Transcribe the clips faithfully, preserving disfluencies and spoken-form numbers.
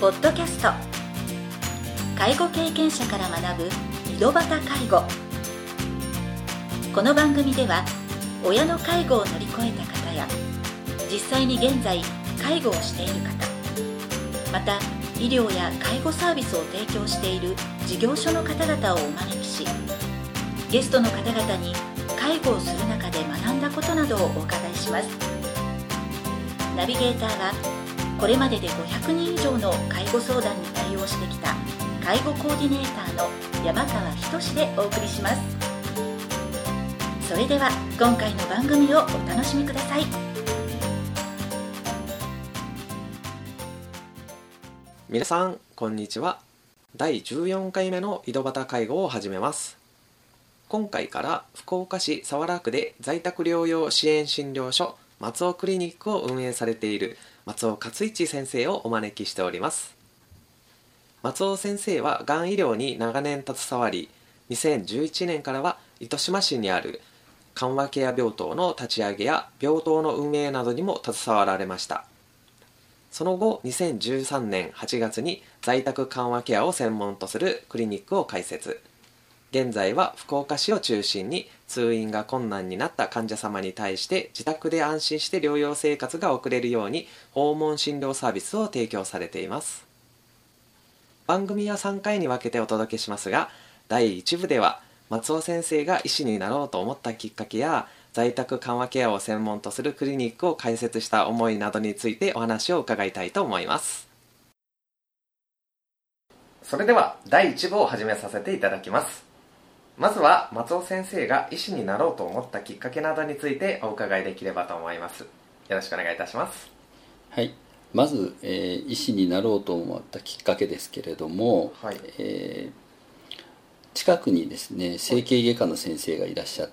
ポッドキャスト、介護経験者から学ぶ井戸端介護。この番組では親の介護を乗り越えた方や実際に現在介護をしている方、また医療や介護サービスを提供している事業所の方々をお招きし、ゲストの方々に介護をする中で学んだことなどをお伺いします。ナビゲーターはこれまででごひゃくにん以上の介護相談に対応してきた介護コーディネーターの山川仁でお送りします。それでは今回の番組をお楽しみください。 皆さんこんにちは。だいじゅうよんかいめの井戸端介護を始めます。今回から福岡市早良区で在宅療養支援診療所松尾クリニックを運営されている松尾克一先生をお招きしております。松尾先生はがん医療に長年携わり、にせんじゅういちねんからは糸島市にある緩和ケア病棟の立ち上げや病棟の運営などにも携わられました。その後にせんじゅうさんねんはちがつに在宅緩和ケアを専門とするクリニックを開設。現在は福岡市を中心に通院が困難になった患者様に対して自宅で安心して療養生活が送れるように訪問診療サービスを提供されています。番組はさんかいに分けてお届けしますが、だいいち部では松尾先生が医師になろうと思ったきっかけや在宅緩和ケアを専門とするクリニックを開設した思いなどについてお話を伺いたいと思います。それではだいいち部を始めさせていただきます。まずは松尾先生が医師になろうと思ったきっかけなどについてお伺いできればと思います。よろしくお願いいたします。 はい、まず、えー、医師になろうと思ったきっかけですけれども、はいえー、近くにですね整形外科の先生がいらっしゃって、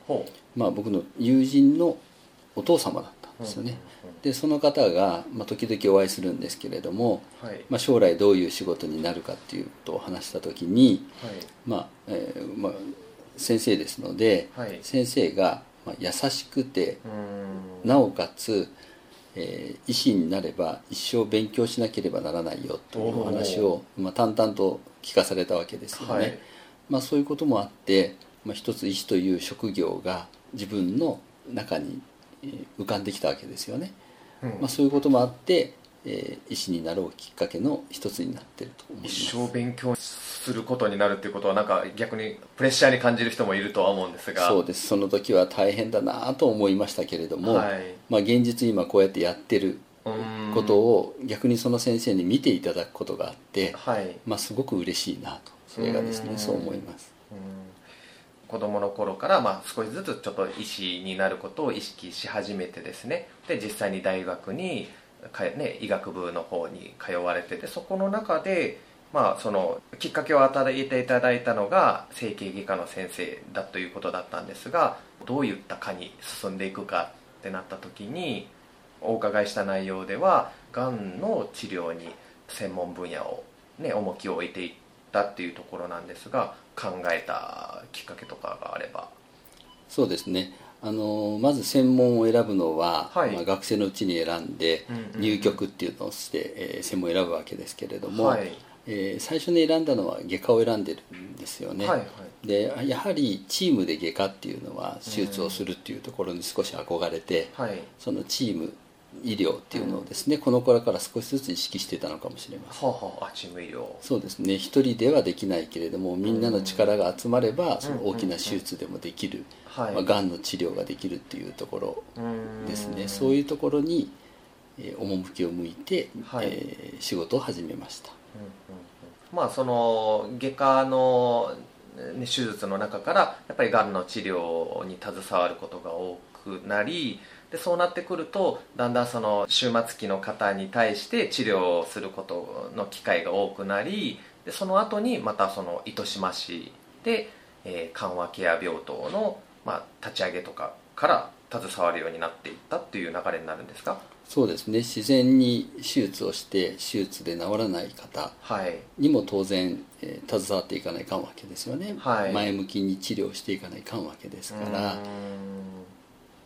まあ、僕の友人のお父様だったんですよね。でその方が、まあ、時々お会いするんですけれども、はいまあ、将来どういう仕事になるかっていうことを話した時に、はいまあえーまあ、先生ですので、はい、先生が、まあ、優しくてなおかつ、えー、医師になれば一生勉強しなければならないよというお話を、まあ、淡々と聞かされたわけですよね。はいまあ、そういうこともあって、まあ、一つ医師という職業が自分の中に浮かんできたわけですよね。うんまあ、そういうこともあって、えー、医師になろうきっかけの一つになっていると思います。 一生勉強することになるっていうことはなんか逆にプレッシャーに感じる人もいるとは思うんですが。 そうです。その時は大変だなと思いましたけれども、はいまあ、現実今こうやってやってることを逆にその先生に見ていただくことがあって、はいまあ、すごく嬉しいなとそれがですねそう思います。うん子供の頃からまあ少しずつちょっと医師になることを意識し始めてですね、で実際に大学にか、ね、医学部の方に通われてて、そこの中で、まあ、そのきっかけを与えていただいたのが整形外科の先生だということだったんですが、どういった科に進んでいくかってなった時にお伺いした内容ではがんの治療に専門分野を、ね、重きを置いていったっていうところなんですが、考えたきっかけとかがあれば。 そうですね、あのまず専門を選ぶのは、はいまあ、学生のうちに選んで入局っていうのをして、えー、専門を選ぶわけですけれども、はいえー、最初に選んだのは外科を選んでるんですよね。はいはい、でやはりチームで外科っていうのは手術をするっていうところに少し憧れて、はい、そのチーム医療っていうのをですね、うん、この頃から少しずつ意識してたのかもしれません。 はあはあ、チーム医療。 そうですね、一人ではできないけれどもみんなの力が集まればその大きな手術でもできる、まあ、がんの治療ができるっていうところですね。そういうところに、えー、趣を向いて、はいえー、仕事を始めました。うんうんうん、まあその外科の、ね、手術の中からやっぱりがんの治療に携わることが多くなり、でそうなってくるとだんだんその終末期の方に対して治療をすることの機会が多くなり、でその後にまたその糸島市で、えー、緩和ケア病棟の、まあ、立ち上げとかから携わるようになっていったっていう流れになるんですか？ そうですね、自然に手術をして手術で治らない方にも当然、えー、携わっていかないかんわけですよね。はい、前向きに治療していかないかんわけですから、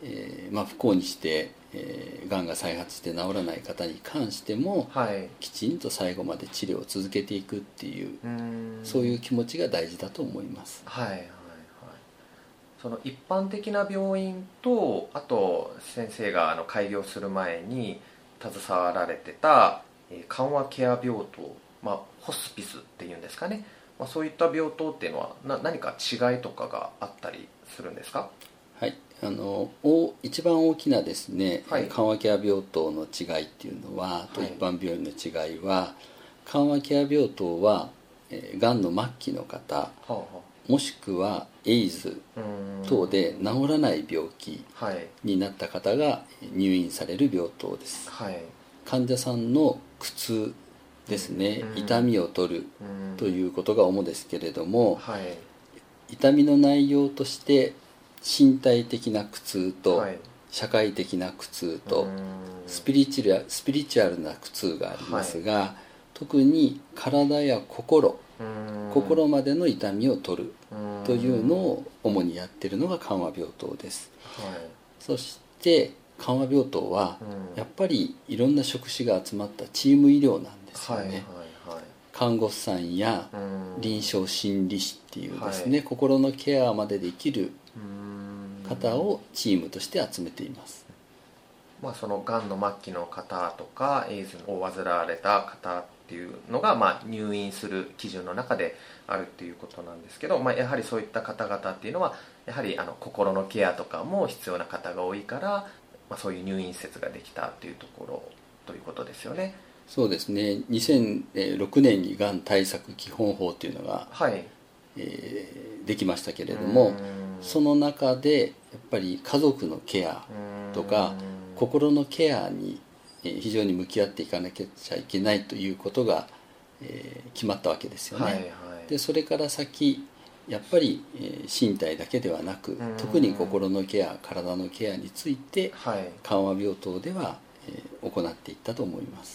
えーまあ、不幸にしてえー、がんが再発して治らない方に関しても、はい、きちんと最後まで治療を続けていくっていう、うんそういう気持ちが大事だと思います。 はいはいはい。その一般的な病院と、あと先生があの開業する前に携わられてた、えー、緩和ケア病棟、まあ、ホスピスっていうんですかね、まあ、そういった病棟っていうのはな何か違いとかがあったりするんですか？ はい、あのお一番大きなですね、はい、緩和ケア病棟の違いっていうのは、と一般病院の違いは、緩和ケア病棟は、えー、がんの末期の方、はあはあ、もしくはエイズ等で治らない病気になった方が入院される病棟です、はい、患者さんの苦痛ですね、痛みを取るということが主ですけれども、はい、痛みの内容として身体的な苦痛と社会的な苦痛とスピリチュア、スピリチュアルな苦痛がありますが、はい、特に体や心心までの痛みを取るというのを主にやっているのが緩和病棟です、はい、そして緩和病棟はやっぱりいろんな職種が集まったチーム医療なんですよね、はいはいはい、看護師さんや臨床心理士っていうですね、はい、心のケアまでできる方をチームとして集めています。 まあ、そのがんの末期の方とかエイズを患われた方っていうのが、まあ、入院する基準の中であるっていうことなんですけど、まあ、やはりそういった方々っていうのはやはりあの心のケアとかも必要な方が多いから、まあ、そういう入院施設ができたっていうところということですよね。 そうですね。にせんろくねんにがん対策基本法っていうのが、はいえー、できましたけれども、その中でやっぱり家族のケアとか心のケアに非常に向き合っていかなきゃいけないということが決まったわけですよね、はいはい、でそれから先やっぱり身体だけではなく特に心のケア体のケアについて緩和病棟では行っていったと思います。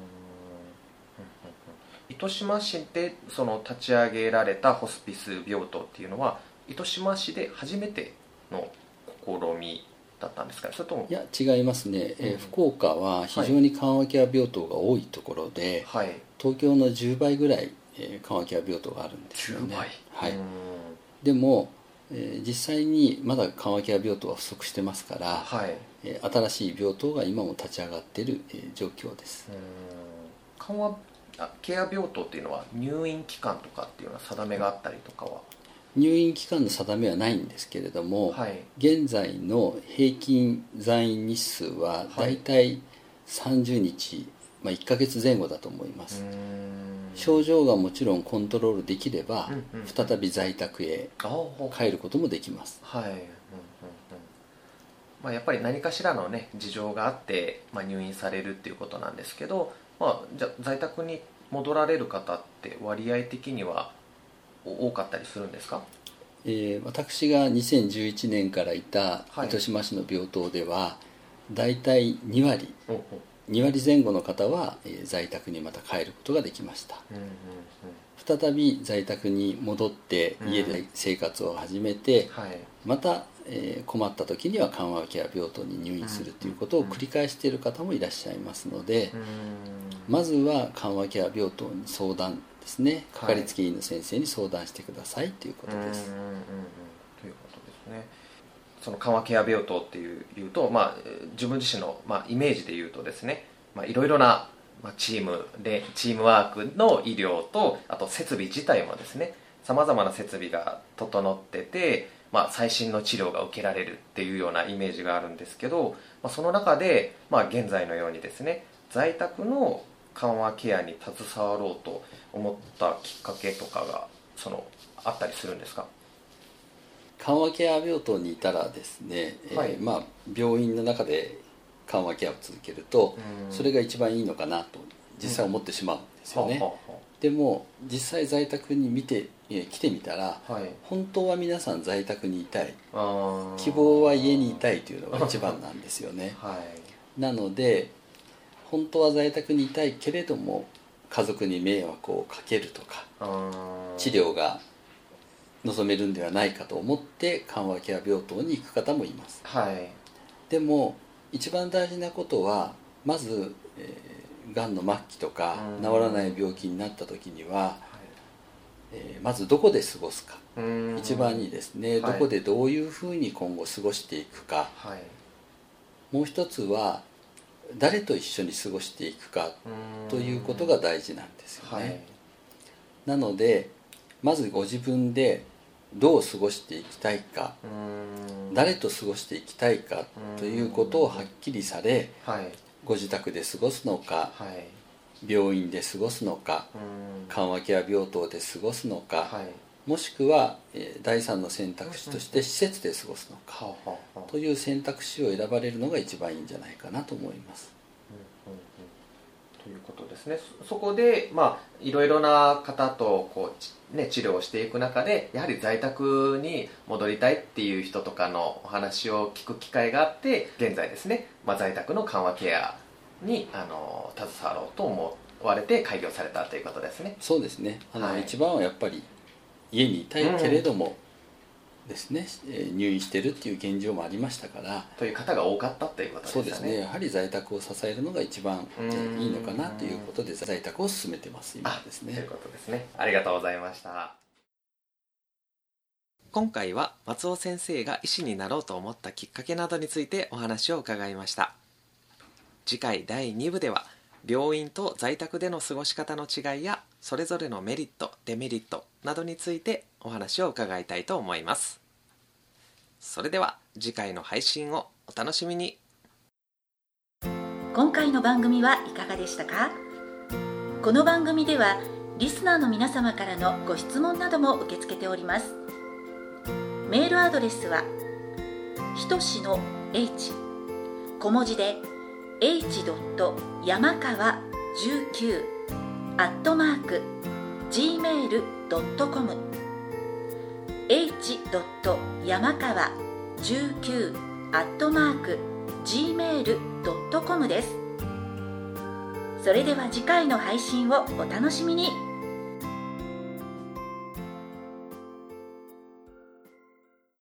糸島市でその立ち上げられたホスピス病棟っていうのは糸島市で初めての試みだったんですか？それともいや違いますね、うんえー、福岡は非常に緩和ケア病棟が多いところで、はい、東京のじゅうばいぐらい、えー、緩和ケア病棟があるんですよね。じゅうばい、はい、でも、えー、実際にまだ緩和ケア病棟は不足してますから、はいえー、新しい病棟が今も立ち上がっている、えー、状況です。 うん緩和ケア病棟っていうのは入院期間とかっていうのは定めがあったりとかは？ 入院期間の定めはないんですけれども、はい、現在の平均在院日数はだいたいさんじゅうにち、まあ、いっかげつぜん後だと思います。症状がもちろんコントロールできれば、うんうん、再び在宅へ帰ることもできます。はいうんうんうんまあ、やっぱり何かしらの、ね、事情があって、まあ、入院されるっていうことなんですけど、まあ、じゃ在宅に戻られる方って割合的には多かったりするんですか？ えー、私がにせんじゅういちねんからいた糸島市の病棟ではだいたいにわり、はい、にわりぜん後の方は、えー、在宅にまた帰ることができました、うんうんうん、再び在宅に戻って家で生活を始めて、うんはい、また、えー、困った時には緩和ケア病棟に入院するということを繰り返している方もいらっしゃいますので、うんうん、まずは緩和ケア病棟に相談ですね、かかりつけ医の先生に相談してくださいということです。うんうんうんうんということですね。その緩和ケア病棟っていういうと、まあ、自分自身の、まあ、イメージで言うとですね、まあ、いろいろな、まあ、チームでチームワークの医療とあと設備自体もですねさまざまな設備が整ってて、まあ、最新の治療が受けられるっていうようなイメージがあるんですけど、まあ、その中で、まあ、現在のようにですね在宅の緩和ケアに携わろうと思ったきっかけとかがそのあったりするんですか？ 緩和ケア病棟にいたらですね、はいえーまあ、病院の中で緩和ケアを続けるとそれが一番いいのかなと実際思ってしまうんですよね、うんはははでも実際在宅に見て、えー、来てみたら、はい、本当は皆さん在宅にいたい希望は家にいたいというのが一番なんですよね、はい、なので本当は在宅にいたいけれども家族に迷惑をかけるとか治療が望めるんではないかと思って緩和ケア病棟に行く方もいます、はい、 でも一番大事なことはまず、えー、がんの末期とか治らない病気になった時には、えー、まずどこで過ごすか、一番にですね、はい、どこでどういうふうに今後過ごしていくか、はい、もう一つは誰と一緒に過ごしていくかということが大事なんですよね、はい、なのでまずご自分でどう過ごしていきたいか、誰と過ごしていきたいかということをはっきりされ、はい、ご自宅で過ごすのか、はい、病院で過ごすのか、緩和ケア病棟で過ごすのか、はい、もしくは、えー、第三の選択肢として施設で過ごすのか、うん、という選択肢を選ばれるのが一番いいんじゃないかなと思います。 うんうんうんということですね。そこで、まあ、いろいろな方とこう、ね、治療をしていく中でやはり在宅に戻りたいっていう人とかのお話を聞く機会があって現在ですね、まあ、在宅の緩和ケアにあの携わろうと思われて開業されたということですね。 そうですね。あの、はい、一番はやっぱり家にいたいけれども、うんですね、入院してるっていう現状もありましたからという方が多かったということですね。 そうですね。やはり在宅を支えるのが一番いいのかなということで在宅を進めてます今ですね。 ということですね。ありがとうございました。今回は松尾先生が医師になろうと思ったきっかけなどについてお話を伺いました。次回だいに部では病院と在宅での過ごし方の違いやそれぞれのメリットデメリットなどについてお話を伺いたいと思います。それでは次回の配信をお楽しみに。 今回の番組はいかがでしたか？この番組ではリスナーの皆様からのご質問なども受け付けております。メールアドレスはひとしの H 小文字で エイチ 山川じゅうきゅう アットマーク ジーメール ドットコム エイチ 山川じゅうきゅう アットマーク ジーメール ドットコム です。それでは次回の配信をお楽しみに。